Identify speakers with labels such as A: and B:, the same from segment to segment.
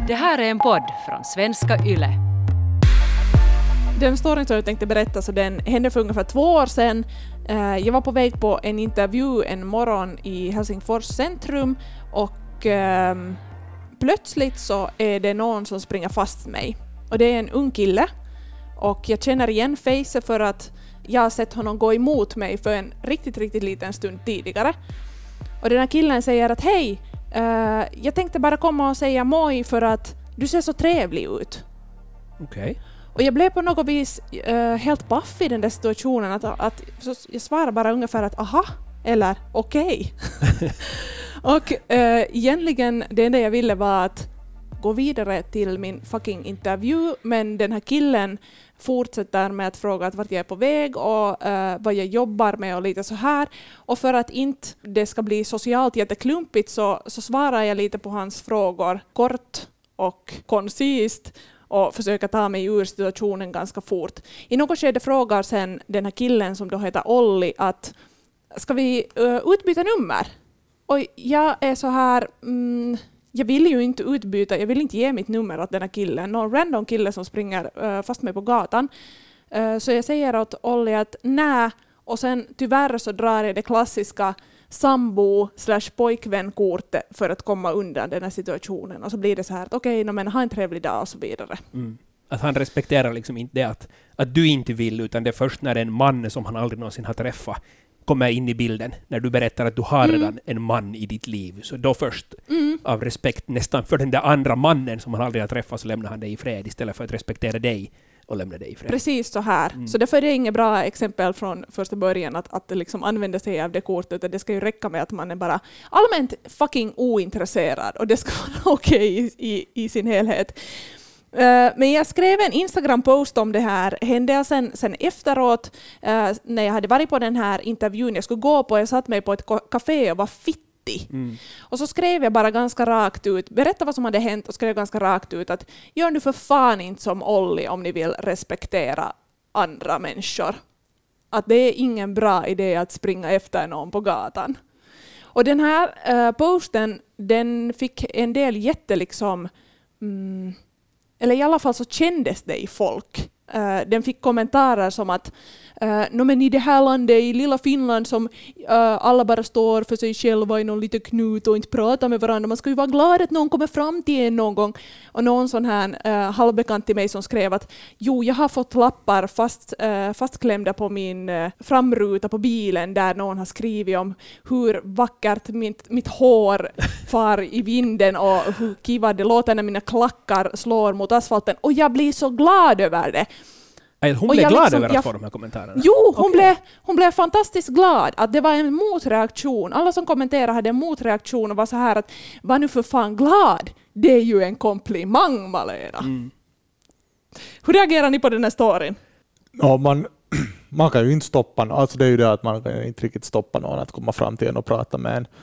A: Det här är en podd från Svenska Yle.
B: Den storyn som jag tänkte berätta så den hände för ungefär 2 år sedan. Jag var på väg på en intervju en morgon i Helsingfors centrum och plötsligt så är det någon som springer fast mig. Och det är en ung kille och jag känner igen facet för att jag har sett honom gå emot mig för en riktigt liten stund tidigare. Och den här killen säger att hej, jag tänkte bara komma och säga moj för att du ser så trevlig ut.
C: Okej.
B: Och jag blev på något vis helt paff i den där situationen att jag svarade bara ungefär att aha, eller okej. Och egentligen det enda jag ville var att gå vidare till min fucking intervju, men den här killen fortsätter med att fråga att vart jag är på väg och vad jag jobbar med och lite så här. Och för att inte det ska bli socialt jätteklumpigt så svarar jag lite på hans frågor kort och koncist och försöker ta mig ur situationen ganska fort. I något skede frågar sen den här killen som då heter Olli att ska vi utbyta nummer? Och jag är så här... jag vill ju inte utbyta, jag vill inte ge mitt nummer åt den här killen. Någon random kille som springer fast mig på gatan. Så jag säger åt Olli att nej. Och sen tyvärr så drar jag det klassiska sambo/pojkvän-kortet för att komma undan den här situationen. Och så blir det så här att okej, men ha en trevlig dag och så vidare.
C: Mm. Att han respekterar liksom inte det att du inte vill, utan det är först när en man som han aldrig någonsin har träffat kommer in i bilden, när du berättar att du har redan en man i ditt liv. Så då först, av respekt nästan för den där andra mannen som han aldrig har träffat, så lämnar han dig i fred istället för att respektera dig och lämna dig i fred.
B: Precis så här. Så därför är det inget bra exempel från första början att liksom använda sig av det kortet, utan det ska ju räcka med att man är bara allmänt fucking ointresserad och det ska vara okej i sin helhet. Men jag skrev en Instagram-post om det här händelsen sen efteråt när jag hade varit på den här intervjun jag skulle gå på. Jag satt mig på ett café och var fittig. Och så skrev jag bara ganska rakt ut, berätta vad som hade hänt och skrev ganska rakt ut att gör nu för fan inte som Olli om ni vill respektera andra människor. Att det är ingen bra idé att springa efter någon på gatan. Och den här posten, den fick en del eller i alla fall så kändes det i folk. Den fick kommentarer som att men i det här landet, i lilla Finland som alla bara står för sig själva i någon liten knut och inte pratar med varandra. Man ska ju vara glad att någon kommer fram till en någon gång. Och någon sån här halvbekant till mig som skrev att jo, jag har fått lappar fastklämda på min framruta på bilen där någon har skrivit om hur vackert mitt hår far i vinden och hur kiva det låter när mina klackar slår mot asfalten. Och jag blir så glad över det.
C: Hon blev glad över att få de här kommentarerna?
B: Jo, hon blev fantastiskt glad att det var en motreaktion. Alla som kommenterade hade en motreaktion och var så här att var nu för fan glad. Det är ju en komplimang, Malena. Hur reagerar ni på den här storyn?
D: Ja, man kan ju inte stoppa någon. Alltså det är ju det att man kan inte riktigt stoppa någon att komma fram till en och prata med en.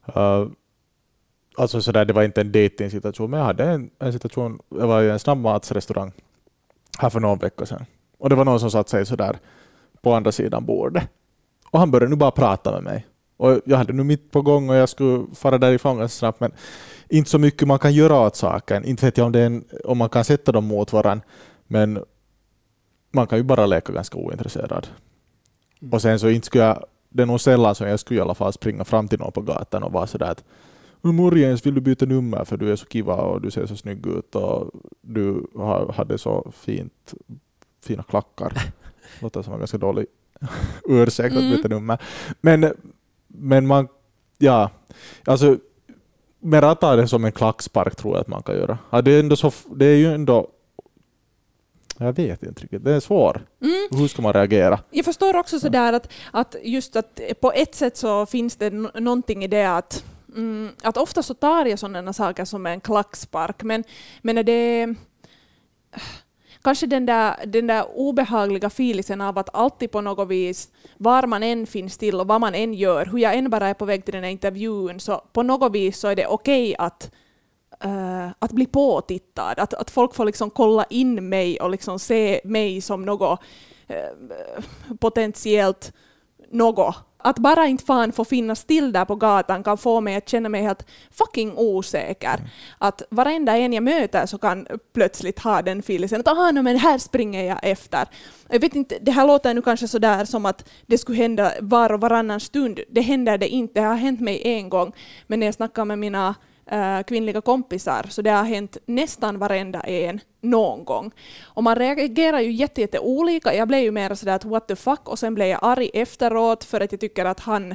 D: Alltså så där, det var inte en dating-situation, men jag hade en situation. Jag var i en snabbmatsrestaurang här för någon vecka sedan. Och det var någon som satt sig så där på andra sidan bordet. Och han började nu bara prata med mig. Och jag hade nu mitt på gång och jag skulle fara därifrån ganska snabbt. Men inte så mycket man kan göra åt saken. Inte vet jag om man kan sätta dem mot varandra. Men man kan ju bara leka ganska ointresserad. Och sen så inte skulle det är nog sällan som jag skulle i alla fall springa fram till någon på gatan och vara sådär att Morjens, vill du byta nummer för du är så kiva och du ser så snygg ut och du hade så fina klackar. Låter som en ganska dålig ursäkt att byta nummer. Men man, ja, alltså mer att ta det som en klackspark tror jag att man kan göra. Ja, det är ju ändå jag vet inte riktigt. Det är svårt. Hur ska man reagera?
B: Jag förstår också sådär att just att på ett sätt så finns det någonting i det att ofta så tar jag sådana saker som en klackspark. Men är det kanske den där obehagliga filisen av att alltid på något vis, var man än finns till och vad man än gör, hur jag än bara är på väg till den här intervjun, så på något vis så är det okej att bli påtittad. Att folk får liksom kolla in mig och liksom se mig som något potentiellt något Att bara inte fan få finnas till där på gatan kan få mig att känna mig helt fucking osäker. Att varenda en jag möter så kan plötsligt ha den feelingen att men här springer jag efter. Jag vet inte, det här låter nu kanske sådär som att det skulle hända var och varannan stund. Det händer det inte. Det har hänt mig en gång. Men när jag snackar med mina kvinnliga kompisar så det har hänt nästan varenda en någon gång. Och man reagerar ju jätte olika. Jag blev ju mer sådär att what the fuck och sen blev jag arg efteråt för att jag tycker att han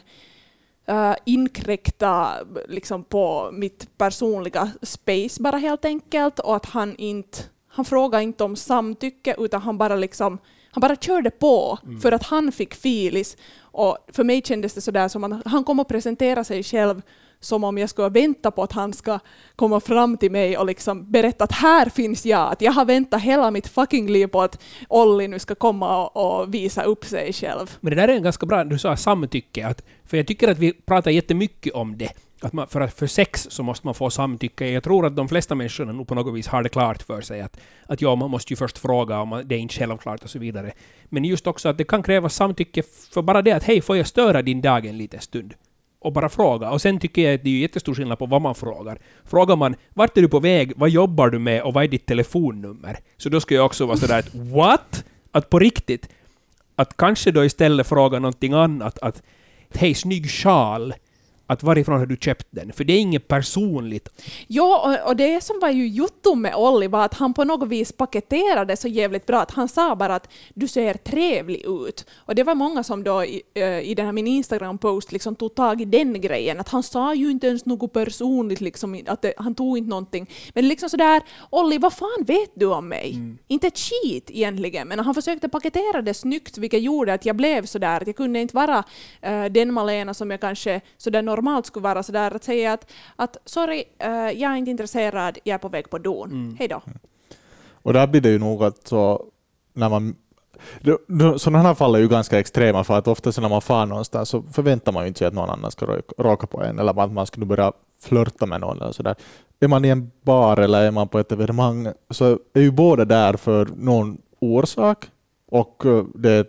B: inkräkta liksom på mitt personliga space bara helt enkelt och att han frågade inte om samtycke utan han bara körde på för att han fick filis och för mig kändes det sådär som att han kom att presentera sig själv som om jag skulle vänta på att han ska komma fram till mig och liksom berätta att här finns jag. Att jag har väntat hela mitt fucking liv på att Olli nu ska komma och visa upp sig själv.
C: Men det där är en ganska bra, du sa samtycke. För jag tycker att vi pratar jättemycket om det. Att för sex så måste man få samtycke. Jag tror att de flesta människorna nog på något vis har det klart för sig. Att ja, man måste ju först fråga om det är inte självklart och så vidare. Men just också att det kan krävas samtycke för bara det att hej, får jag störa din dag en liten stund? Och bara fråga. Och sen tycker jag att det är jättestor skillnad på vad man frågar. Frågar man, vart är du på väg? Vad jobbar du med? Och vad är ditt telefonnummer? Så då ska jag också vara sådär att, what? Att på riktigt, att kanske då istället fråga någonting annat. Att, hej, snygg sjal. Att varifrån har du köpt den? För det är inget personligt.
B: Ja, och det som var ju juttum med Olli var att han på något vis paketerade så jävligt bra att han sa bara att du ser trevlig ut. Och det var många som då i den här min Instagram-post liksom tog tag i den grejen. Att han sa ju inte ens något personligt, liksom, att han tog inte någonting. Men liksom sådär, Olli, vad fan vet du om mig? Inte ett skit egentligen, men han försökte paketera det snyggt, vilket gjorde att jag blev sådär. Att jag kunde inte vara den Malena som jag kanske sådär normalt skulle vara sådär att säga att sorry, jag är inte intresserad, jag är på väg på don. Hej då.
D: Och där blir det ju nog att så, när man sådana här fall är ju ganska extrema för att ofta när man far någonstans så förväntar man ju inte sig att någon annan ska råka på en eller att man skulle börja flirta med någon eller sådär. Är man i en bar eller är man på ett evenemang så är ju båda där för någon orsak och det är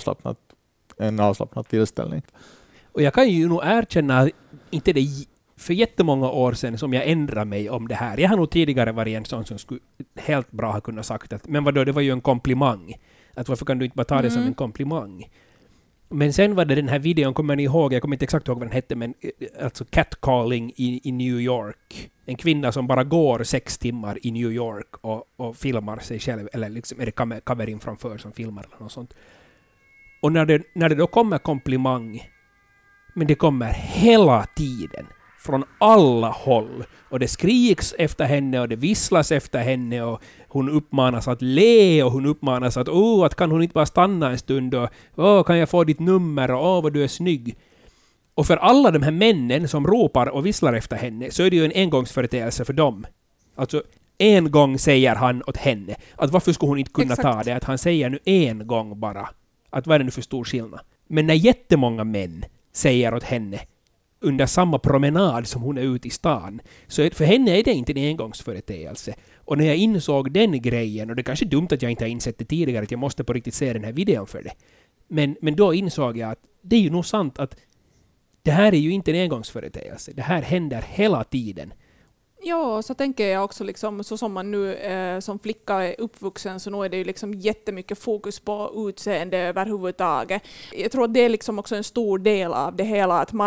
D: en avslappnad tillställning.
C: Och jag kan ju nog erkänna inte det för jättemånga år sedan som jag ändrade mig om det här. Jag har nog tidigare varit en sån som skulle helt bra ha kunnat sagt att men vadå, det var ju en komplimang. Att varför kan du inte bara ta det som en komplimang? Men sen var det den här videon, kommer ni ihåg, jag kommer inte exakt ihåg vad den hette, men alltså catcalling i New York. En kvinna som bara går 6 timmar i New York och filmar sig själv, eller liksom är det kamerin framför som filmar eller något sånt. Och när det då kommer komplimang, men det kommer hela tiden från alla håll. Och det skriks efter henne och det visslas efter henne och hon uppmanas att le och hon uppmanas att kan hon inte bara stanna en stund och kan jag få ditt nummer och vad du är snygg. Och för alla de här männen som ropar och visslar efter henne så är det ju en engångsföreteelse för dem. Alltså en gång säger han åt henne att varför skulle hon inte kunna ta det? Att han säger nu en gång bara. Att vad är det nu för stor skillnad? Men när jättemånga män säger åt henne under samma promenad som hon är ute i stan. Så för henne är det inte en engångsföreteelse. Och när jag insåg den grejen, och det är kanske dumt att jag inte har insett det tidigare, att jag måste på riktigt se den här videon för det. Men då insåg jag att det är ju nog sant att det här är ju inte en engångsföreteelse. Det här händer hela tiden.
B: Ja, så tänker jag också liksom, så som man nu som flicka är uppvuxen så nu är det ju liksom jättemycket fokus på utseende överhuvudtaget. Jag tror att det är liksom också en stor del av det hela, att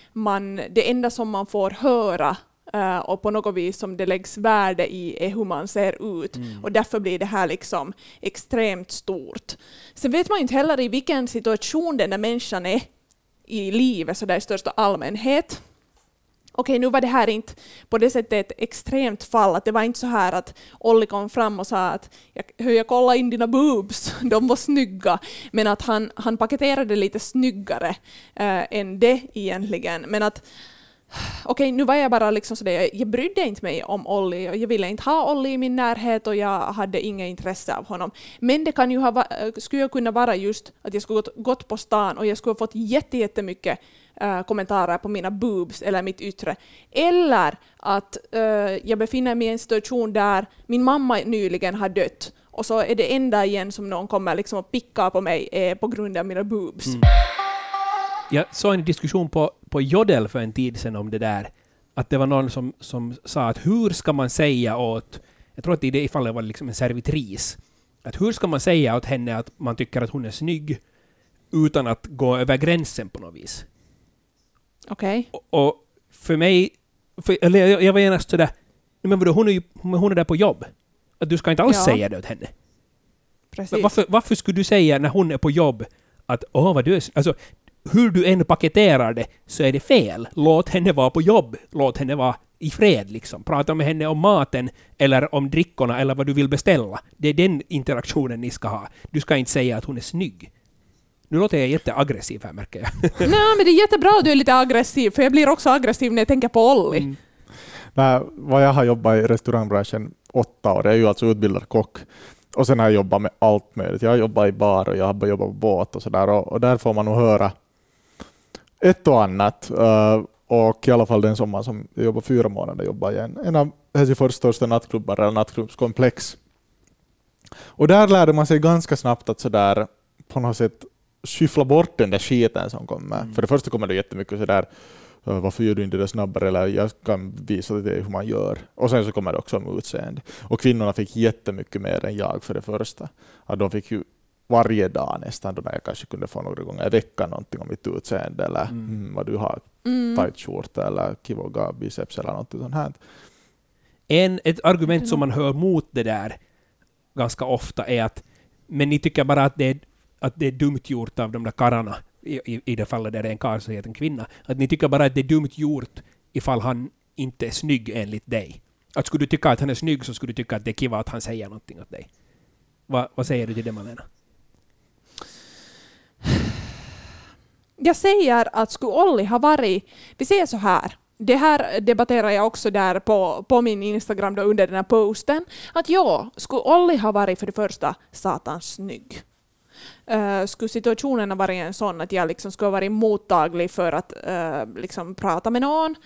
B: det enda som man får höra och på något vis som det läggs värde i är hur man ser ut. Och därför blir det här liksom extremt stort. Sen vet man ju inte heller i vilken situation den där människan är i livet så där i största allmänhet. Okej, nu var det här inte på det sättet ett extremt fall. Att det var inte så här att Olli kom fram och sa att jag kolla in dina boobs, de var snygga. Men att han paketerade lite snyggare än det egentligen. Men att okej, nu var jag bara liksom sådär, jag brydde inte mig om Olli och jag ville inte ha Olli i min närhet och jag hade inga intresse av honom. Men det kan ju skulle kunna vara just att jag skulle gått på stan och jag skulle ha fått jättemycket kommentarer på mina boobs eller mitt yttre. Eller att jag befinner mig i en situation där min mamma nyligen har dött och så är det enda igen som någon kommer liksom att picka på mig på grund av mina boobs.
C: Jag såg en diskussion på Jodel för en tid sedan om det där. Att det var någon som sa att hur ska man säga åt, jag tror att i det fallet var det liksom en servitris, att hur ska man säga åt henne att man tycker att hon är snygg utan att gå över gränsen på något vis.
B: Okej.
C: Och för mig, jag var genast sådär, men vadå, hon är där på jobb. Att du ska inte alls säga det åt henne.
B: Precis.
C: Varför skulle du säga när hon är på jobb att vad du är, alltså hur du än paketerar det så är det fel. Låt henne vara på jobb. Låt henne vara i fred liksom. Prata med henne om maten eller om drickorna eller vad du vill beställa. Det är den interaktionen ni ska ha. Du ska inte säga att hon är snygg. Nu låter jag jätteaggressiv här, märker jag.
B: Nej, men det är jättebra att du är lite aggressiv, för jag blir också aggressiv när jag tänker på Olli.
C: Mm.
D: Nej, vad jag har jobbat i restaurangbranschen 8 år. Jag är ju alltså utbildad kock. Och sen har jag jobbat med allt möjligt. Jag har jobbat i bar och jag har jobbat på båt och sådär. Och där får man nog höra ett och annat. Och i alla fall den sommaren som jag jobbade 4 månader jobbade jag en av Helsingfors största nattklubbar eller nattklubbskomplex. Och där lärde man sig ganska snabbt att sådär på något sätt skyffla bort den där skiten som kommer. För det första kommer det jättemycket sådär, varför gör du inte det snabbare, eller jag kan visa dig hur man gör. Och sen så kommer det också om utseende. Och kvinnorna fick jättemycket mer än jag för det första. Att de fick ju varje dag nästan, då när jag kanske kunde få några gånger i veckan någonting om mitt utseende eller vad du har, tight skjorta eller kivoga biceps eller något sånt här.
C: Ett argument som man hör mot det där ganska ofta är att men ni tycker bara att det är dumt gjort av de där karlarna i det fallet där det är en karl så heter en kvinna. Att ni tycker bara att det är dumt gjort ifall han inte är snygg enligt dig. Att skulle du tycka att han är snygg så skulle du tycka att det är kiva att han säger någonting åt dig. Vad säger du till det, Malena?
B: Jag säger att skulle Olli ha varit, vi säger så här, det här debatterar jag också där på min Instagram då under den här posten, att skulle Olli ha varit för det första satans snygg. Skulle situationen ha varit en sån att jag liksom skulle ha varit mottaglig för att liksom prata med någon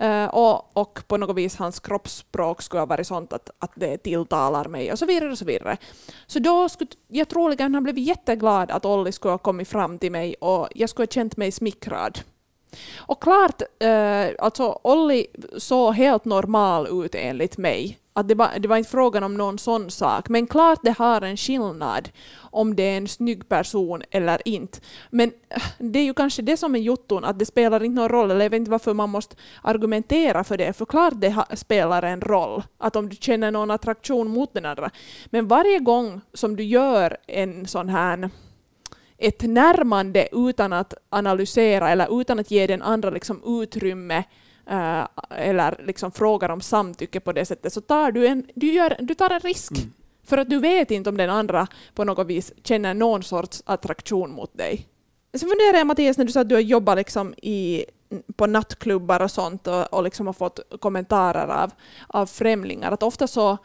B: och på något vis hans kroppsspråk skulle ha varit sånt att det tilltalar mig och så vidare och så vidare. Så då skulle jag troligen ha blivit jätteglad att Olli skulle ha kommit fram till mig och jag skulle ha känt mig smickrad. Och klart, alltså Olli såg helt normal ut enligt mig. Att det var inte frågan om någon sån sak. Men klart det har en skillnad om det är en snygg person eller inte. Men det är ju kanske det som är jotton, att det spelar inte någon roll. Eller jag vet inte varför man måste argumentera för det. För klart det spelar en roll. Att om du känner någon attraktion mot den andra. Men varje gång som du gör en sån här ett närmande utan att analysera eller utan att ge den andra liksom utrymme eller liksom frågar om samtycke på det sättet, så tar du tar en risk. För att du vet inte om den andra på något vis känner någon sorts attraktion mot dig. Så funderar jag, Mattias, när du sa att du har jobbat liksom på nattklubbar och sånt och liksom har fått kommentarer av främlingar, att ofta så,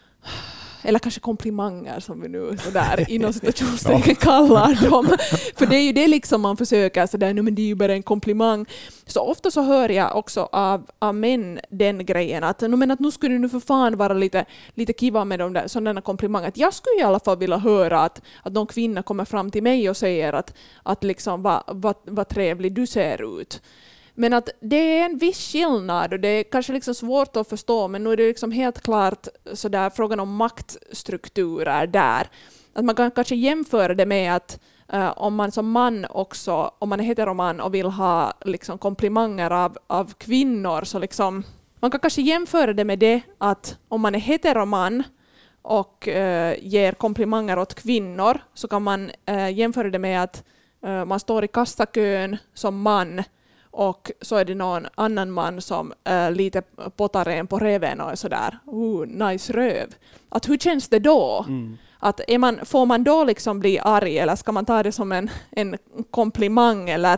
B: eller kanske komplimanger som vi nu sådär inom situationstecken kallar dem. För det är ju det liksom man försöker sådär, men det är ju bara en komplimang. Så ofta så hör jag också av män den grejen att nu skulle du nu för fan vara lite kiva med de där sådana komplimanger. Att jag skulle i alla fall vilja höra att någon kvinna kommer fram till mig och säger att liksom vad trevlig du ser ut. Men att det är en viss skillnad och det är kanske liksom svårt att förstå, men nu är det liksom helt klart så där frågan om maktstrukturer där. Att man kan kanske jämföra det med att om man som man också, om man är heteroman och vill ha liksom komplimanger av kvinnor, så liksom man kan kanske jämföra det med det att om man är heteroman och ger komplimanger åt kvinnor, så kan man jämföra det med att man står i kassakön som man och så är det någon annan man som lite potar en på reven och är sådär, nice röv. Att hur känns det då? Att får man då liksom bli arg, eller ska man ta det som en komplimang? Eller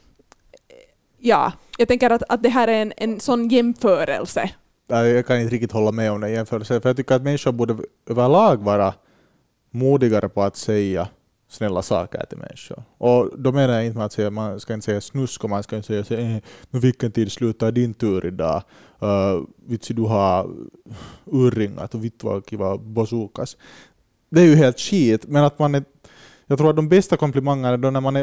B: ja, jag tänker att det här är en sån jämförelse.
D: Jag kan inte riktigt hålla med om den jämförelsen, för jag tycker att människor borde överlag vara modigare på att säga snälla saker till människor. Och då menar jag inte med att säga, man ska inte säga snusk, och man ska inte säga vilken tid slutar din tur idag? Vitsi du har urringat och vitt vad kiva bazookas. Det är ju helt skit, men att jag tror att de bästa komplimangerna är då när man är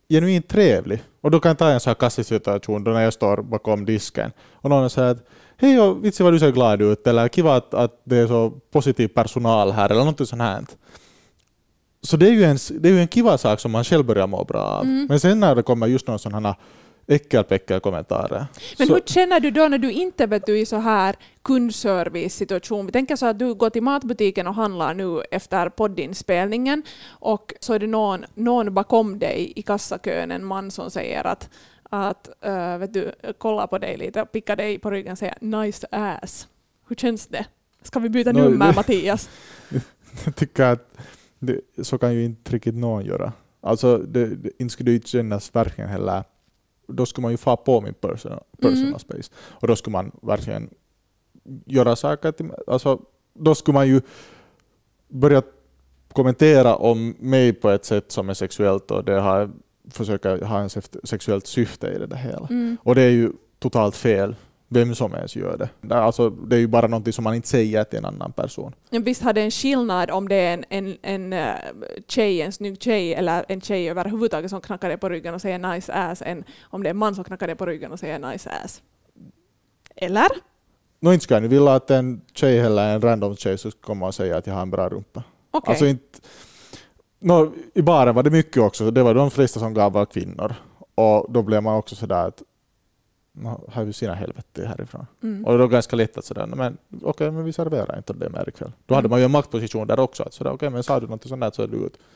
D: genuint trevlig. Och då kan jag ta en sån här kassisituation då när jag står bakom disken och någon säger att hej och vitsi vad du ser glad ut eller kiva att det är så positiv personal här eller något sånt här. Så det är ju en kiva sak som man själv börjar må bra av. Men sen när det kommer just någon sån här äckelpäckelkommentarer.
B: Men hur känner du då när du inte vet du i så här kundservice-situation? Vi tänker så att du går till matbutiken och handlar nu efter poddinspelningen och så är det någon bakom dig i kassakön, en man som säger att vet du, kolla på dig lite och pickar dig på ryggen och säger nice ass. Hur känns det? Ska vi byta nummer, Mattias?
D: Jag tycker att så kan ju inte riktigt någon göra. Alltså inte skulle det inte kännas verkligen heller. Då skulle man ju få på min personal space. Och då skulle man verkligen göra saker. Alltså, då skulle man ju börja kommentera om mig på ett sätt som är sexuellt och det försöka ha en sexuellt syfte i det hela. Och det är ju totalt fel. Vem som ens gör det. Alltså, det är ju bara något som man inte säger till en annan person.
B: Visst har det en skillnad om det är en snygg tjej eller en tjej överhuvudtaget som knackar dig på ryggen och säger nice ass än om det är en man som knackar dig på ryggen och säger nice ass. Eller?
D: Inte ska ni vilja att en tjej eller en random tjej så kommer och säga att jag har en bra rumpa.
B: Okay.
D: Alltså inte... I baren var det mycket också. Det var de flesta som gav var kvinnor. Och då blev man också sådär att har vi sina helvete härifrån. Och det var ganska lätt att sådär, men okej, men vi serverar inte det mer ikväll. Då hade man ju en maktposition där också. Att sådär, okej, men sa du något sånt där så är det ut.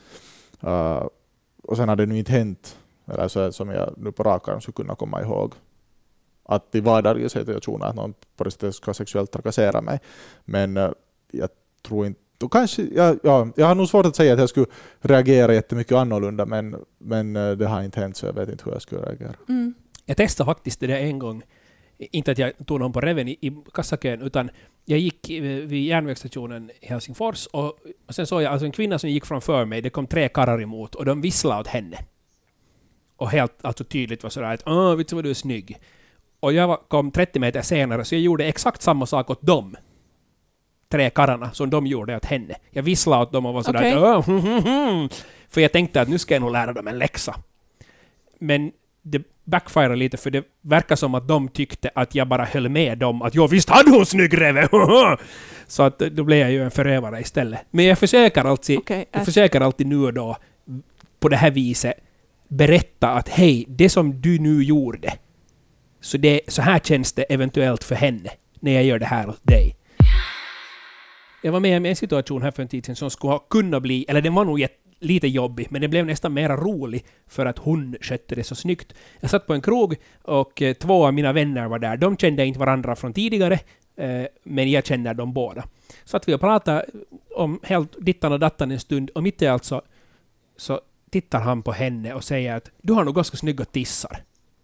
D: Och sen hade det nu inte hänt, eller så som jag nu på rakarm skulle kunna komma ihåg, att i vardagliga situationer att någon på det sättet ska sexuellt trakassera mig. Men jag tror inte, och kanske, jag har nog svårt att säga att jag skulle reagera jättemycket annorlunda, men det har inte hänt så jag vet inte hur jag skulle reagera.
C: Jag testade faktiskt det där en gång. Inte att jag tog någon på reven i kassakön, utan jag gick vid järnvägsstationen i Helsingfors och sen såg jag alltså en kvinna som gick framför mig. Det kom 3 karlar emot och de visslade åt henne. Och helt alltså tydligt var sådär att vet du vad du är snygg. Och jag kom 30 meter senare så jag gjorde exakt samma sak åt dem. 3 karlarna som de gjorde åt henne. Jag visslade åt dem och var sådär att för jag tänkte att nu ska jag nog lära dem en läxa. Men det backfire lite, för det verkar som att de tyckte att jag bara höll med dem att visst hade hon snygg reve. Så att då blev jag ju en förövare istället. Men jag försöker alltid nu och då på det här viset berätta att hej, det som du nu gjorde, så här känns det eventuellt för henne när jag gör det här åt dig. Jag var med i en situation här för en tid sedan som skulle kunna bli, eller den var nog lite jobbig, men det blev nästan mer rolig för att hon skötte det så snyggt. Jag satt på en krog och 2 av mina vänner var där. De kände inte varandra från tidigare, men jag känner dem båda. Så att vi pratade om helt dittan och dattan en stund, och mitt i allt så tittar han på henne och säger att du har nog ganska snygga tissar.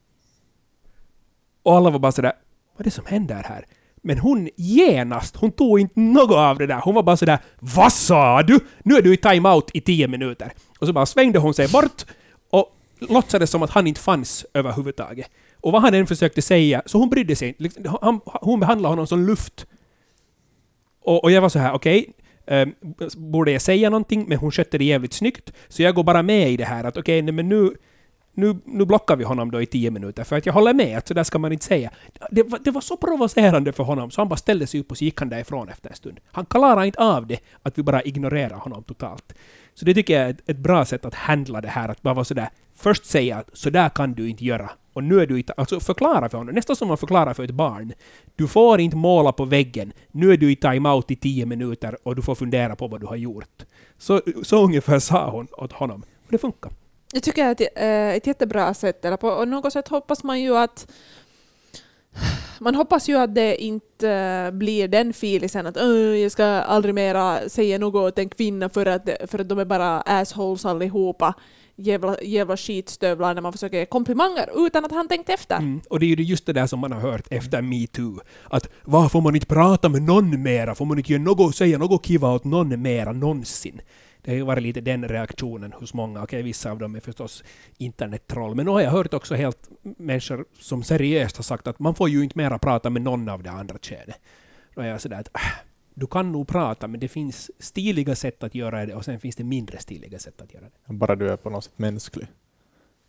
C: Och alla var bara sådär, vad är det som händer här? Men hon tog inte något av det där. Hon var bara sådär, vad sa du? Nu är du i timeout i 10 minuter. Och så bara svängde hon sig bort och låtsades som att han inte fanns överhuvudtaget. Och vad han än försökte säga, så hon brydde sig inte. Hon behandlade honom som luft. Och jag var så här, okej, borde jag säga någonting? Men hon skötte det jävligt snyggt. Så jag går bara med i det här att men nu blockar vi honom då i 10 minuter, för att jag håller med att så där ska man inte säga. Det var så provocerande för honom så han bara ställde sig upp och så gick han därifrån efter en stund. Han klarade inte av det, att vi bara ignorerar honom totalt. Så det tycker jag är ett bra sätt att handla det här, att bara vara sådär, först säga att så där kan du inte göra. Och nu är du inte, alltså förklara för honom, nästan som man förklarar för ett barn. Du får inte måla på väggen, nu är du i timeout i 10 minuter och du får fundera på vad du har gjort. Så ungefär sa hon åt honom. Och det funkar.
B: Jag tycker att det är ett jättebra sätt. Eller på något sätt hoppas man ju att det inte blir den filisen att jag ska aldrig mera säga något åt en kvinna för att de är bara assholes allihopa. Jävla skitstövlar när man försöker ge komplimanger utan att han tänkt efter.
C: Och det är ju just det där som man har hört efter MeToo. Att vad får man inte prata med någon mera? Får man inte säga något kiva åt någon mera någonsin? Det har ju varit lite den reaktionen hos många. Okej, vissa av dem är förstås internettroll. Men nu har jag hört också helt människor som seriöst har sagt att man får ju inte mera prata med någon av det andra könet. Då är jag sådär att du kan nog prata, men det finns stiliga sätt att göra det och sen finns det mindre stiliga sätt att göra det.
D: Bara du är på något sätt mänsklig.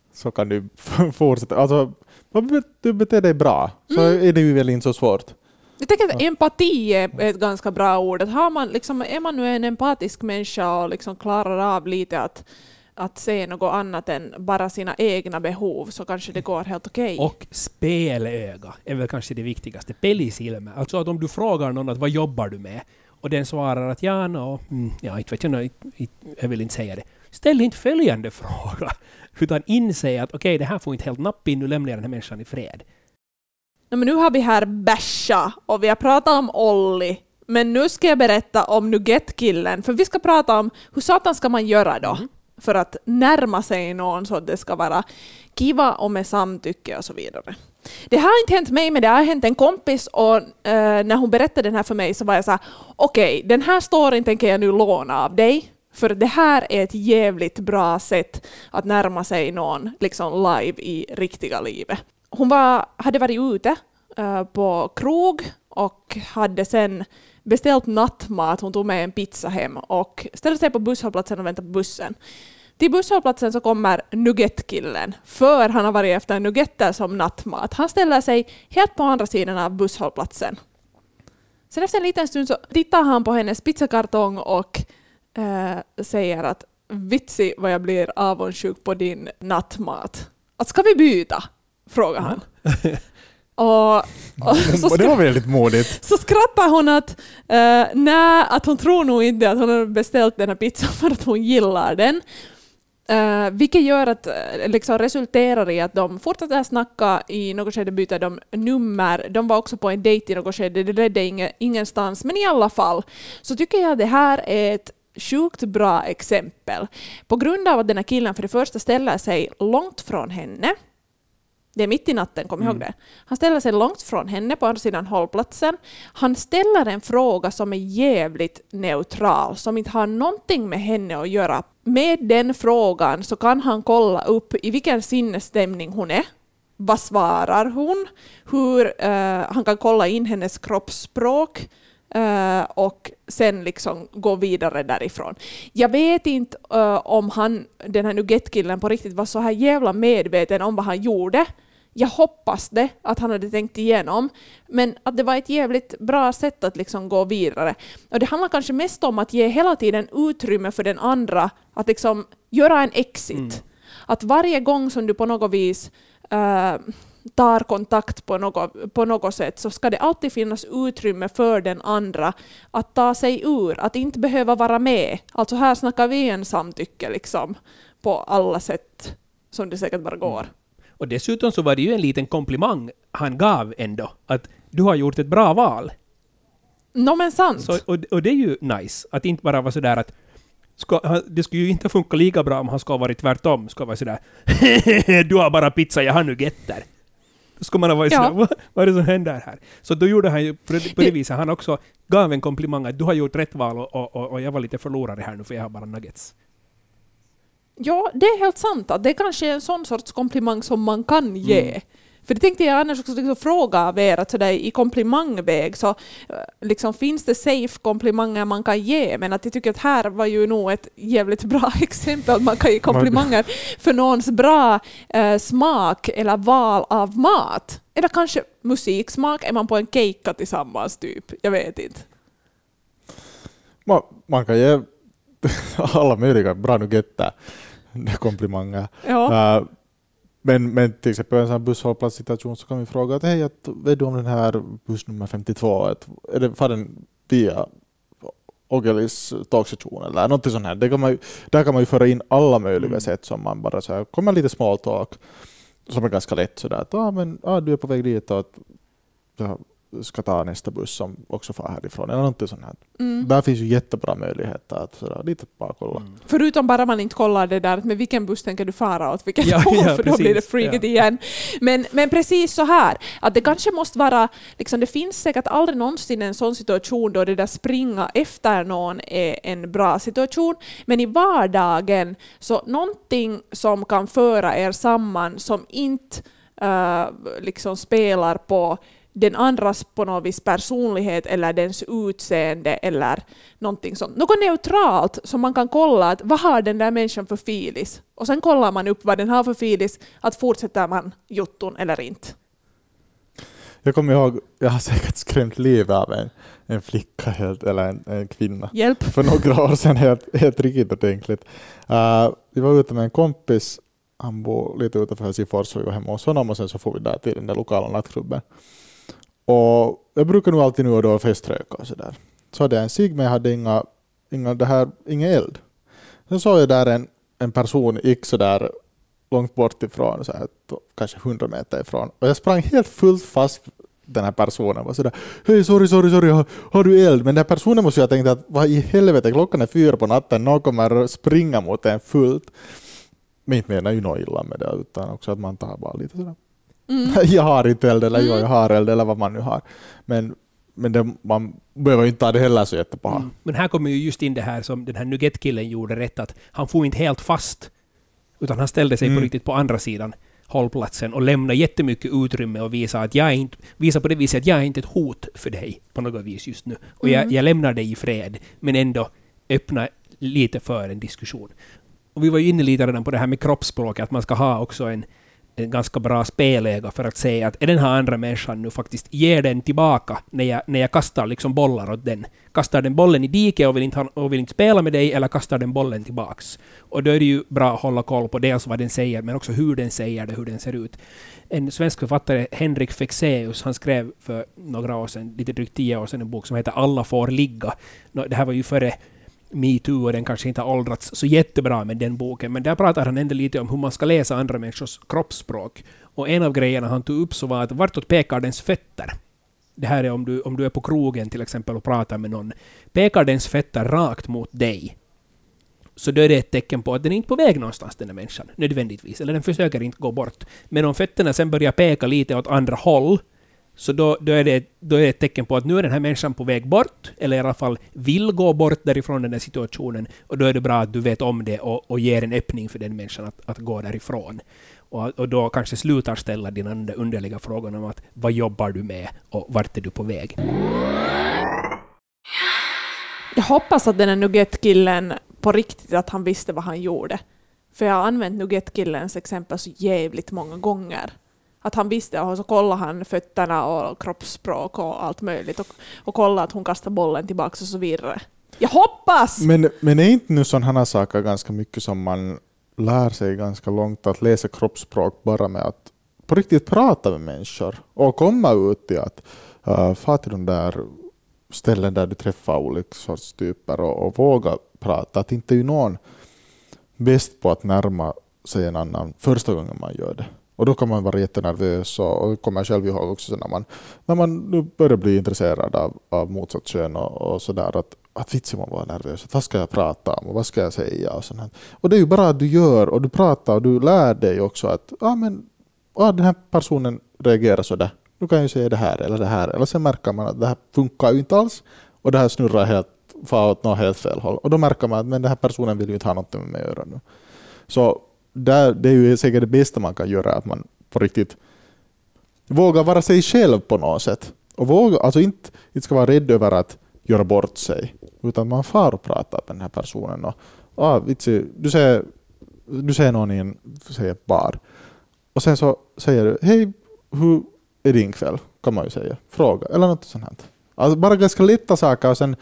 D: så kan du fortsätta. Alltså, om du beter dig bra så är det ju väl inte så svårt.
B: Jag tänker att empati är ett ganska bra ord. Att har man, liksom, är man nu en empatisk människa och liksom klarar av lite att se något annat än bara sina egna behov, så kanske det går helt okej.
C: Och spelöga är väl kanske det viktigaste. Pelisilme. Alltså att om du frågar någon att vad jobbar du med? Och den svarar att inte vet jag vill inte säga det. Ställ inte följande fråga. Utan inse att okej, det här får inte helt napp in, nu lämnar jag den här människan i fred.
B: Men nu har vi här Basha och vi har pratat om Olli. Men nu ska jag berätta om Nugget-killen. För vi ska prata om hur satan ska man göra då? För att närma sig någon så att det ska vara kiva och med samtycke och så vidare. Det har inte hänt mig, men det har hänt en kompis, och när hon berättade den här för mig så var jag så här: okej, den här storyn tänker jag nu låna av dig. För det här är ett jävligt bra sätt att närma sig någon liksom live i riktiga livet. Hon hade varit ute på krog och hade sen beställt nattmat. Hon tog med en pizza hem och ställde sig på busshållplatsen och väntade på bussen. Till busshållplatsen så kommer Nugget-killen, för han har varit efter nugetter som nattmat. Han ställer sig helt på andra sidan av busshållplatsen. Sen efter en liten stund så tittar han på hennes pizzakartong och säger att vitsi vad jag blir avundsjuk på din nattmat. Att ska vi byta? Frågar han. Och
D: det var väldigt modigt.
B: Så skrattar hon att hon tror nog inte att hon har beställt den här pizzan för att hon gillar den. Vilket gör att liksom resulterar i att de fortsätter snacka, i något skede byter de nummer. De var också på en dejt i något skede, det ledde ingenstans. Men i alla fall så tycker jag att det här är ett sjukt bra exempel. På grund av att den här killen för det första ställer sig långt från henne. Det är mitt i natten, kom ihåg det. Han ställer sig långt från henne på andra sidan hållplatsen. Han ställer en fråga som är jävligt neutral, som inte har någonting med henne att göra. Med den frågan så kan han kolla upp i vilken sinnesstämning hon är. Vad svarar hon? Han kan kolla in hennes kroppsspråk. Och sen liksom gå vidare därifrån. Jag vet inte om den här Nugget-killen på riktigt var så här jävla medveten om vad han gjorde. Jag hoppas det, att han hade tänkt igenom. Men att det var ett jävligt bra sätt att liksom gå vidare. Och det handlar kanske mest om att ge hela tiden utrymme för den andra att liksom göra en exit. Att varje gång som du på något vis tar kontakt på något sätt, så ska det alltid finnas utrymme för den andra att ta sig ur, att inte behöva vara med. Alltså här snackar vi en samtycke liksom, på alla sätt som det säkert bara går.
C: Och dessutom så var det ju en liten komplimang han gav ändå, att du har gjort ett bra val.
B: Men sant.
C: Så, och det är ju nice, att inte bara vara sådär att det skulle ju inte funka lika bra om han ska ha varit tvärtom. Ska vara sådär, du har bara pizza, jag har nugetter. Då ska man ha varit sådär, vad är det som händer här? Så då gjorde han ju på det viset, han också gav en komplimang att du har gjort rätt val och jag var lite förlorare här nu för jag har bara nuggets.
B: Ja, det är helt sant. Att det är kanske en sån sorts komplimang som man kan ge. För det tänkte jag annars också liksom fråga av er, att sådär, i komplimangväg så liksom, finns det safe komplimanger man kan ge, men att jag tycker att här var ju nog ett jävligt bra exempel att man kan ge komplimanger för någons bra smak eller val av mat. Eller kanske musiksmak, är man på en keikka tillsammans typ, jag vet inte.
D: Man kan ge alla möjliga bra nugetter komplimanger.
B: Ja.
D: Men till exempel en sån busshållplatssituation så kan vi fråga att hej, vet du om den här buss nummer 52? Är det för den via Ogelis tågstation eller något sånt här? Där kan man ju föra in alla möjliga sätt som man bara så här, kommer lite small talk som är ganska lätt sådär att du är på väg dit och att ska ta nästa buss som också far härifrån eller något sånt här. Där finns ju jättebra möjligheter att sådär, lite bara kolla.
B: Förutom bara man inte kollar det där med vilken buss tänker du fara åt vilket håll, för
C: precis,
B: då blir det freaket igen. Men precis så här, att det kanske måste vara, liksom, det finns säkert aldrig någonsin en sån situation då det där springa efter någon är en bra situation, men i vardagen så någonting som kan föra er samman som inte liksom spelar på den andras på något vis personlighet eller dens utseende eller någonting sånt. Något neutralt som man kan kolla att vad har den där människan för filis? Och sen kollar man upp vad den har för filis, att fortsätter man jutton eller inte.
D: Jag kommer ihåg, jag har säkert skrämt livet av en flicka eller en kvinna.
B: Hjälp.
D: För några år sedan helt riktigt ordentligt. Vi var ute med en kompis, han bor lite utanför Helsingfors, vi var hemma hos honom och sen så får vi där till den där lokala nattklubben. Och jag brukar nog alltid nu och då feströka och sådär. Så hade jag en cigg men jag hade ingen eld. Sen såg jag där en person gick så där långt bort ifrån, så här, kanske 100 meter ifrån. Och jag sprang helt fullt fast den här personen. Var sådär, hej sorry, har du eld? Men den här personen måste ju ha tänkt att vad i helvete, klockan är 4 på natten, någon kommer springa mot en fullt. Men inte menar ju något illa med det, utan också att man tar bara lite sådär. Jag har inte eld, eller jag har eld, eller vad man nu har. Men man behöver ju inte ta det heller så jättebra.
C: Men här kommer ju just in det här som den här Nugget-killen gjorde rätt, att han får inte helt fast, utan han ställde sig på riktigt på andra sidan hållplatsen och lämnade jättemycket utrymme och visa på det viset att jag är inte ett hot för dig på något vis just nu. Och jag lämnar dig i fred, men ändå öppna lite för en diskussion. Och vi var ju inne lite redan på det här med kroppsspråk, att man ska ha också en ganska bra spelöga för att säga att är den här andra människan nu faktiskt ger den tillbaka när jag kastar liksom bollar åt den. Kastar den bollen i diket och vill inte spela med dig, eller kastar den bollen tillbaks. Och då är det ju bra att hålla koll på dels vad den säger, men också hur den säger det, hur den ser ut. En svensk författare, Henrik Fexeus, han skrev för några år sedan, lite drygt 10 år sedan, en bok som heter Alla får ligga. Det här var ju före MeToo och den kanske inte har åldrats så jättebra med den boken, men där pratar han ändå lite om hur man ska läsa andra människors kroppsspråk. Och en av grejerna han tog upp så var att vartåt pekar dens fötter. Det här är om du är på krogen till exempel och pratar med någon. Pekar dens fötter rakt mot dig, så då är det ett tecken på att den är inte på väg någonstans, den här människan, nödvändigtvis. Eller den försöker inte gå bort. Men om fötterna sen börjar peka lite åt andra håll, så då är det ett tecken på att nu är den här människan på väg bort, eller i alla fall vill gå bort därifrån den här situationen, och då är det bra att du vet om det och ger en öppning för den människan att gå därifrån. Och då kanske slutar ställa dina underliga frågor om att vad jobbar du med och vart är du på väg.
B: Jag hoppas att den här Nugget-killen på riktigt att han visste vad han gjorde. För jag har använt Nugget-killens exempel så jävligt många gånger. Att han visste, och så kollade han fötterna och kroppsspråk och allt möjligt. Och kollade att hon kastar bollen tillbaka och så vidare. Jag hoppas!
D: Men är inte nu sådana saker ganska mycket som man lär sig ganska långt, att läsa kroppsspråk bara med att på riktigt prata med människor och komma ut i att få till de där ställen där du träffar olika sorts typer och våga prata. Att inte är ju någon bäst på att närma sig en annan första gången man gör det. Och då kan man vara jättenervös, och det kommer jag själv ihåg också när man nu börjar bli intresserad av motsatt kön och sådär, att vitsen man var nervös. Vad ska jag prata om och vad ska jag säga? Och det är ju bara att du gör och du pratar och du lär dig också att den här personen reagerar så där. Nu kan jag ju säga det här. Eller sen märker man att det här funkar ju inte alls och det här snurrar helt åt något helt fel håll. Och då märker man att men den här personen vill ju inte ha något med mig att göra nu. Så det är ju säkert det bästa man kan göra, att man på riktigt vågar vara sig själv på något sätt. Och våga, alltså inte ska vara rädd över att göra bort sig, utan man får och prata med den här personen. Och, du säger någon i en bar. Och sen så säger du, hej, hur är din kväll? Kan man ju säga. Fråga, eller något sånt här. Alltså bara ganska lätta saker, och sen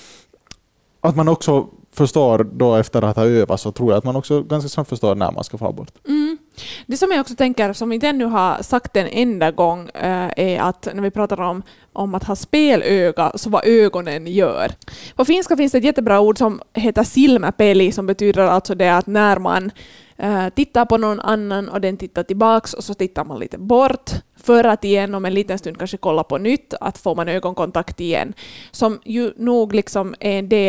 D: att man också förstår då efter att ha övat, så tror jag att man också ganska snabbt förstår när man ska få bort.
B: Det som jag också tänker, som vi inte ännu har sagt en enda gång, är att när vi pratar om att ha spelöga, så vad ögonen gör. På finska finns det ett jättebra ord som heter silmäpeli, som betyder alltså det att när man tittar på någon annan och den tittar tillbaks, och så tittar man lite bort för att igen om en liten stund kanske kolla på nytt, att får man ögonkontakt igen, som ju nog liksom är en del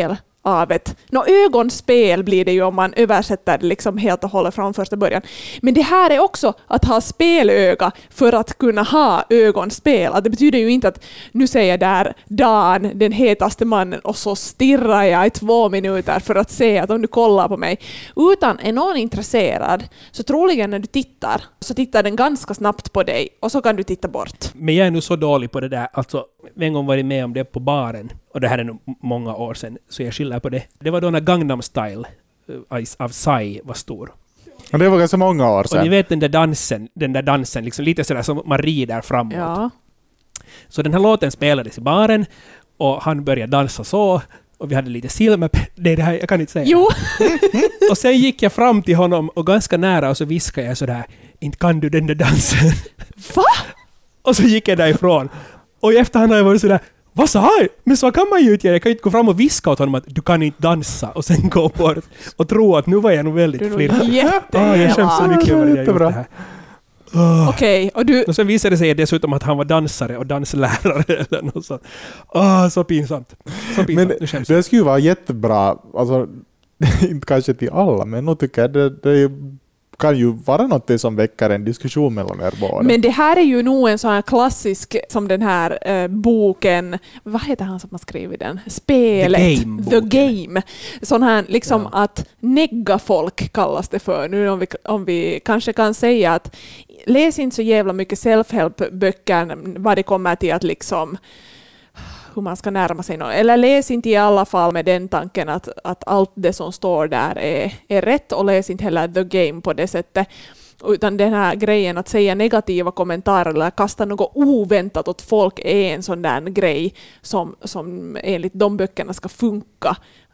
B: av ett... ögonspel blir det ju om man översätter det liksom helt och hållet från första början. Men det här är också att ha spelöga för att kunna ha ögonspel. Att det betyder ju inte att nu säger jag där Dan, den hetaste mannen, och så stirrar jag i 2 minuter för att se att om du kollar på mig. Utan är någon intresserad så troligen när du tittar så tittar den ganska snabbt på dig och så kan du titta bort.
C: Men jag är nog så dålig på det där. Alltså, en gång var jag med om det på baren. Och det här är nog många år sedan, så jag skyller på det. Det var då när Gangnam Style av Psy var stor.
D: Och det var ganska många år sedan.
C: Och ni vet den där dansen liksom lite sådär som man rider framåt.
B: Ja.
C: Så den här låten spelades i baren och han började dansa så. Och vi hade lite silmer. Det här, jag kan inte säga.
B: Jo.
C: Och sen gick jag fram till honom och ganska nära och så viskade jag sådär, inte kan du den där dansen?
B: Va?
C: Och så gick jag därifrån. Och i efterhand har jag varit sådär, vad sa jag? Men så kan man ju inte göra. Jag kan inte gå fram och viska åt honom att du kan inte dansa och sen gå bort och tro att nu var jag nog väldigt flirtig. Jag skäms så mycket över det jag gjort det här.
B: Okej,
C: och sen visade det sig dessutom att han var dansare och danslärare eller något sånt. Så pinsamt.
D: Men det skulle vara jättebra, alltså inte kanske till alla, men nog tycker jag det kan ju vara något som väcker en diskussion mellan er båda.
B: Men det här är ju nog en sån här klassisk som den här boken, vad heter han som har skrivit den? Spelet. The Game. Sån här liksom att negga folk kallas det för. Nu om vi kanske kan säga att läs inte så jävla mycket self-help-böcker vad det kommer till att liksom hur man ska närma sig någon. Eller läs inte i alla fall med den tanken att allt det som står där är rätt, och läs inte heller The Game på det sättet. Utan den här grejen att säga negativa kommentarer eller kasta något oväntat åt folk är en sån där grej som enligt de böckerna ska funka.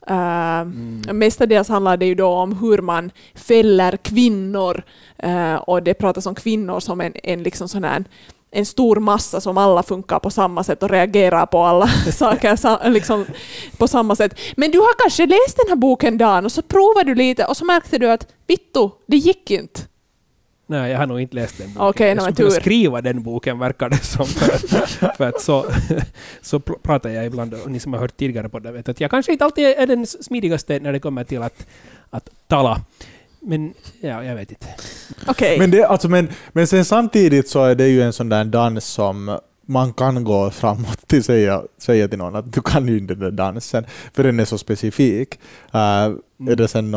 B: Mestadels handlar det ju då om hur man fäller kvinnor, och det pratas om kvinnor som en liksom sån här en stor massa som alla funkar på samma sätt och reagerar på alla saker liksom på samma sätt. Men du har kanske läst den här boken, Dan, och så provar du lite och så märkte du att vittu, det gick inte.
C: Nej, jag har nog inte läst den boken.
B: Okay,
C: jag skulle kunna skriva den boken, verkar det som. För att så pratar jag ibland, och ni som har hört tidigare på det vet att jag kanske inte alltid är den smidigaste när det kommer till att tala. Men ja, jag vet inte.
B: Okay.
D: Men sen samtidigt så är det ju en sån där dans som man kan gå framåt till säga till någon att du kan ju inte den där dansen, för den är så specifik. Är det sen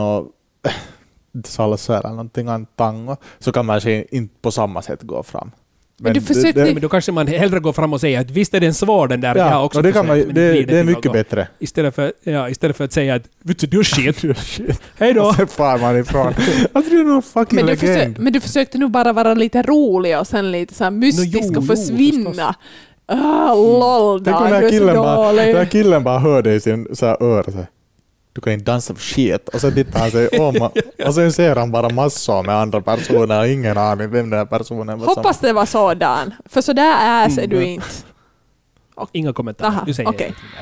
D: salsa eller någonting annat tango, så kan man inte på samma sätt gå fram.
C: Men då kanske man hellre går fram och säger att visst är den svår den där.
D: Ja,
C: jag också
D: och det är mycket bättre.
C: Istället för att säga att du är shit. Hej då.
D: Och så far man ifrån. Alltså du är någon fucking legend.
B: Men du försökte nu bara vara lite rolig och sen lite så här mystisk och försvinna. Lol,
D: du är så dålig. Den killen bara hörde i sin så här öra så här, du kan inte dansa för shit. Och så tittar han sig om och sen ser han bara massor med andra personer och ingen aning vem den här personen var.
B: Hoppas det var sådan. För så där är du inte.
C: Inga kommentarer. Du säger ingenting där.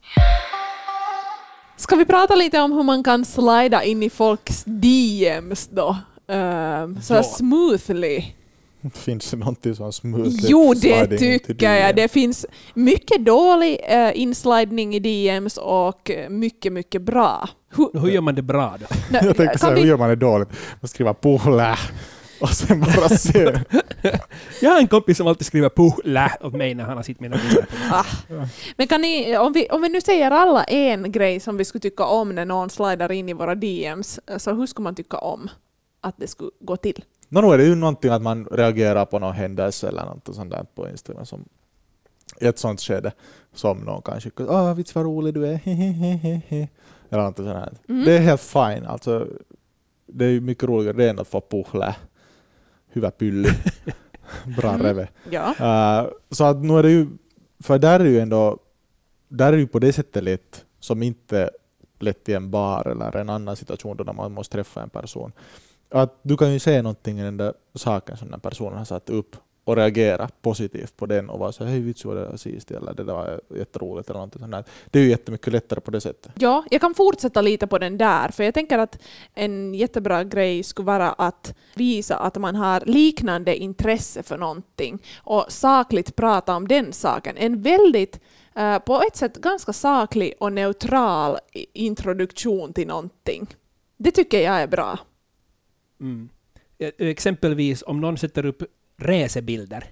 B: Ska vi prata lite om hur man kan slida in i folks DMs då? Så smoothly.
D: Finns det någonting som smoothly?
B: Jo, det tycker jag. Det finns mycket dålig inslidning i DMs och mycket, mycket bra.
C: Hur gör man det bra då?
D: Jag tänker så här, hur gör man det dåligt? Man skriver puhlä och sen bara se.
C: Jag har en kompis som alltid skriver puhlä åt mig när han har sitt med något.
B: Men kan ni, om vi nu säger alla en grej som vi skulle tycka om när någon slidar in i våra DMs, så hur skulle man tycka om att det skulle gå till?
D: Nu är det ju någonting att man reagerar på någon händelse eller något sånt där på Instagram som ett sånt skede som någon kanske vits vad rolig du är eller något sånt här. Det är helt fine, alltså det är ju mycket roligare det än att få puhlä hyvä pylly bra reve.
B: Ja.
D: Så att nu är det ju, för där är det ju på det sättet lätt som inte lätt i en bar eller en annan situation då man måste träffa en person. Att du kan ju se någonting i den där saken som den personen har satt upp och reagera positivt på den och vara så hej vitsi vad det var sist eller det var jätteroligt eller någonting sånt. Det är ju jättemycket lättare på det sättet.
B: Ja, jag kan fortsätta lite på den där, för jag tänker att en jättebra grej skulle vara att visa att man har liknande intresse för någonting och sakligt prata om den saken. En väldigt på ett sätt ganska saklig och neutral introduktion till någonting. Det tycker jag är bra.
C: Exempelvis om någon sätter upp resebilder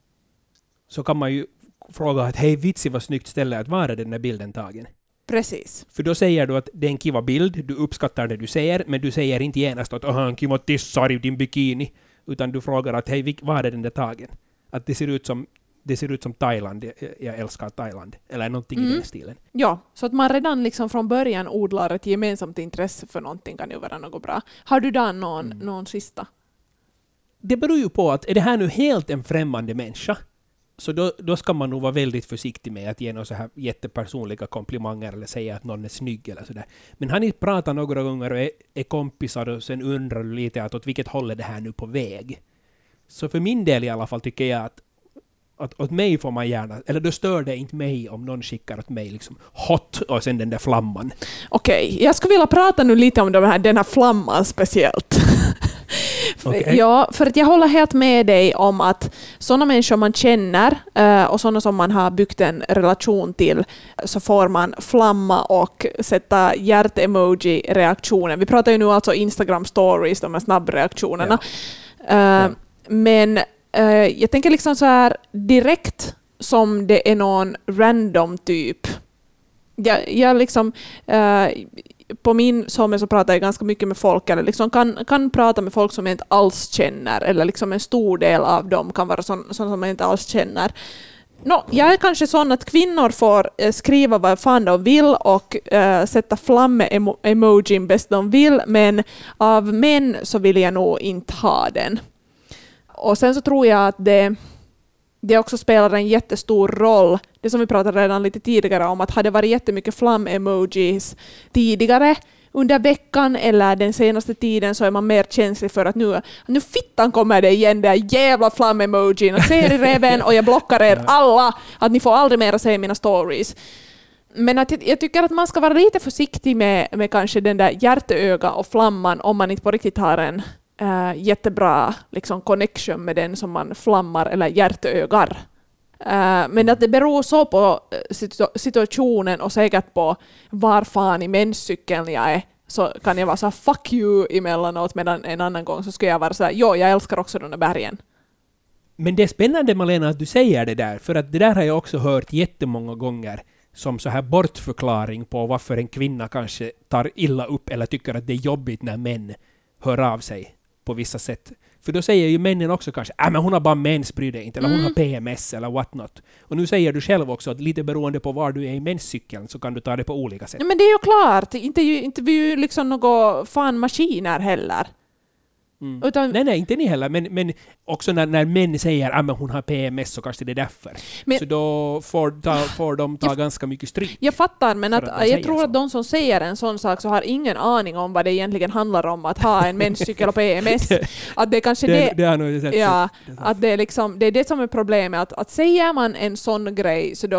C: så kan man ju fråga att hej vitsi vad snyggt ställe att vara den där bilden tagen.
B: Precis.
C: För då säger du att det är en kiva bild, du uppskattar det du ser, men du säger inte genast att en kiva tissar i din bikini, utan du frågar att hej, var är den där tagen? Att det ser ut som Thailand, jag älskar Thailand, eller någonting i den stilen.
B: Ja, så att man redan liksom från början odlar ett gemensamt intresse för någonting kan ju vara något bra. Har du där någon sista?
C: Det beror ju på att är det här nu helt en främmande människa, så då ska man nog vara väldigt försiktig med att ge några så här jättepersonliga komplimanger eller säga att någon är snygg eller sådär. Men har ni pratat några gånger och är kompisar och sen undrar du lite att åt vilket håll är det här nu på väg? Så för min del i alla fall tycker jag att åt mig får man gärna, eller då stör det inte mig om någon skickar åt mig liksom hot och sen den där flamman.
B: Okej, jag skulle vilja prata nu lite om den här flamman speciellt.
C: Okay.
B: Ja, för att jag håller helt med dig om att sådana människor man känner och sådana som man har byggt en relation till, så får man flamma och sätta hjärt-emoji-reaktioner. Vi pratar ju nu alltså Instagram stories, de här snabbreaktionerna. Ja. Men jag tänker liksom så här direkt som det är någon random typ. Jag liksom på min sommar så pratar jag ganska mycket med folk, eller liksom kan prata med folk som jag inte alls känner, eller liksom en stor del av dem kan vara sådana som jag inte alls känner. Jag är kanske sån att kvinnor får skriva vad fan de vill och sätta flamme-emojin bäst de vill, men av män så vill jag nog inte ha den. Och sen så tror jag att det också spelar en jättestor roll. Det som vi pratade redan lite tidigare om, att hade varit jättemycket flam-emojis tidigare under veckan eller den senaste tiden, så är man mer känslig för att nu fittan kommer det igen, där jävla flam-emojin och ser i reven och jag blockar er alla, att ni får aldrig mer se mina stories. Men att jag tycker att man ska vara lite försiktig med kanske den där hjärteöga och flamman om man inte på riktigt har en jättebra liksom connection med den som man flammar eller hjärtögar. Men att det beror så på situationen och säkert på var fan i menscykeln jag är, så kan jag vara så här fuck you emellanåt, medan en annan gång så ska jag vara så här jag älskar också de där bergen.
C: Men det är spännande, Malena, att du säger det där, för att det där har jag också hört jättemånga gånger som så här bortförklaring på varför en kvinna kanske tar illa upp eller tycker att det är jobbigt när män hör av sig på vissa sätt. För då säger ju männen också kanske men hon har bara mens, bryr dig inte, eller hon har PMS eller what not. Och nu säger du själv också att lite beroende på var du är i menscykeln så kan du ta det på olika sätt.
B: Men det är ju klart, inte vi ju liksom några fan maskiner heller. Utan,
C: nej, inte ni heller. Men också när män säger men hon har PMS så kanske det är därför. Så då får de ta ganska mycket stryk.
B: Jag fattar, men jag tror att de som säger en sån sak så har ingen aning om vad det egentligen handlar om att ha en menscykel och PMS. Att det kanske
C: det har nog sett.
B: Ja, att det är liksom det är det som är problemet, att säger man en sån grej så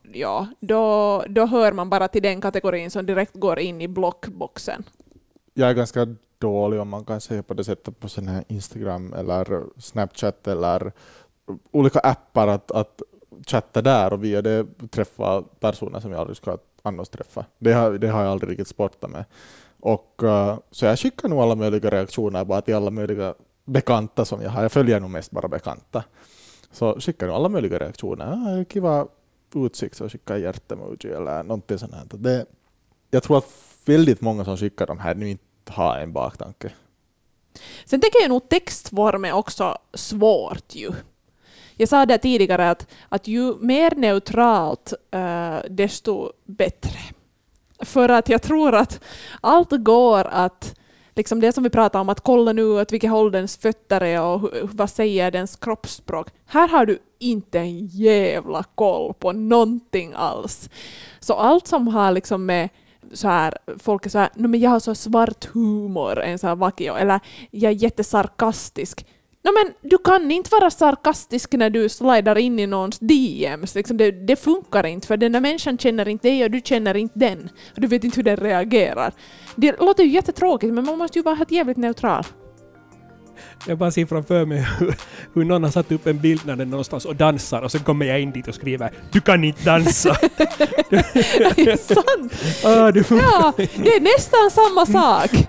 B: då hör man bara till den kategorin som direkt går in i blockboxen.
D: Jag är ganska dålig, om man kan säga på det sättet, på sån här Instagram eller Snapchat eller olika appar att chatta där och via det träffa personer som jag aldrig ska annars träffa. Det har jag aldrig riktigt sportat med. Och så jag skickar nog alla möjliga reaktioner bara till alla möjliga bekanta som jag har. Jag följer nog mest bara bekanta. Så skickar nog alla möjliga reaktioner. Kiva utsikt, så skickar hjärtemoji eller någonting sånt här. Jag tror att väldigt många som skickar de här nu inte har en baktanke.
B: Sen tänker jag nog textform är också svårt ju. Jag sa det tidigare att ju mer neutralt desto bättre. För att jag tror att allt går att liksom det som vi pratar om, att kolla nu att vilka håll dens fötter är och vad säger dens kroppsspråk. Här har du inte en jävla koll på någonting alls. Så allt som har liksom med så här, folk är så här, men jag har så svart humor, en så här vakio, eller jag är jättesarkastisk. Men du kan inte vara sarkastisk när du slidar in i någons DMs. Liksom det funkar inte, för den där människan känner inte dig och du känner inte den. Och du vet inte hur den reagerar. Det låter ju jättetråkigt, men man måste ju vara helt jävligt neutral.
C: Jag bara ser framför mig hur någon har satt upp en bild när den någonstans och dansar och sen kommer jag in dit och skriver du kan inte dansa.
B: Det är sant.
C: Ja,
B: det är nästan samma sak.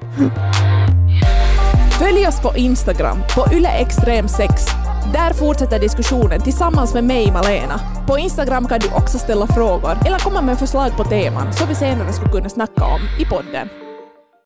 B: Följ oss på Instagram på ylextrem6. Där fortsätter diskussionen tillsammans med mig, Malena. På Instagram kan du också ställa frågor eller komma med förslag på teman som vi senare skulle kunna snacka om i podden.